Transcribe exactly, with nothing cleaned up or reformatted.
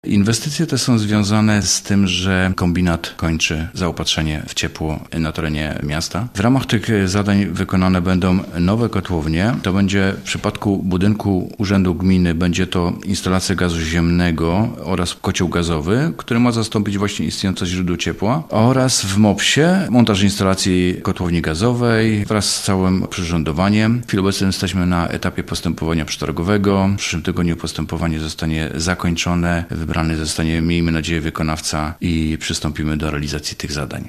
Inwestycje te są związane z tym, że kombinat kończy zaopatrzenie w ciepło na terenie miasta. W ramach tych zadań wykonane będą nowe kotłownie. To będzie w przypadku budynku Urzędu Gminy będzie to instalacja gazu ziemnego oraz kocioł gazowy, który ma zastąpić właśnie istniejące źródło ciepła, oraz w MOPS-ie montaż instalacji kotłowni gazowej wraz z całym przyrządowaniem. W chwili obecnej jesteśmy na etapie postępowania przetargowego. W przyszłym tygodniu postępowanie zostanie zakończone. Wybrany zostanie, miejmy nadzieję, wykonawca i przystąpimy do realizacji tych zadań.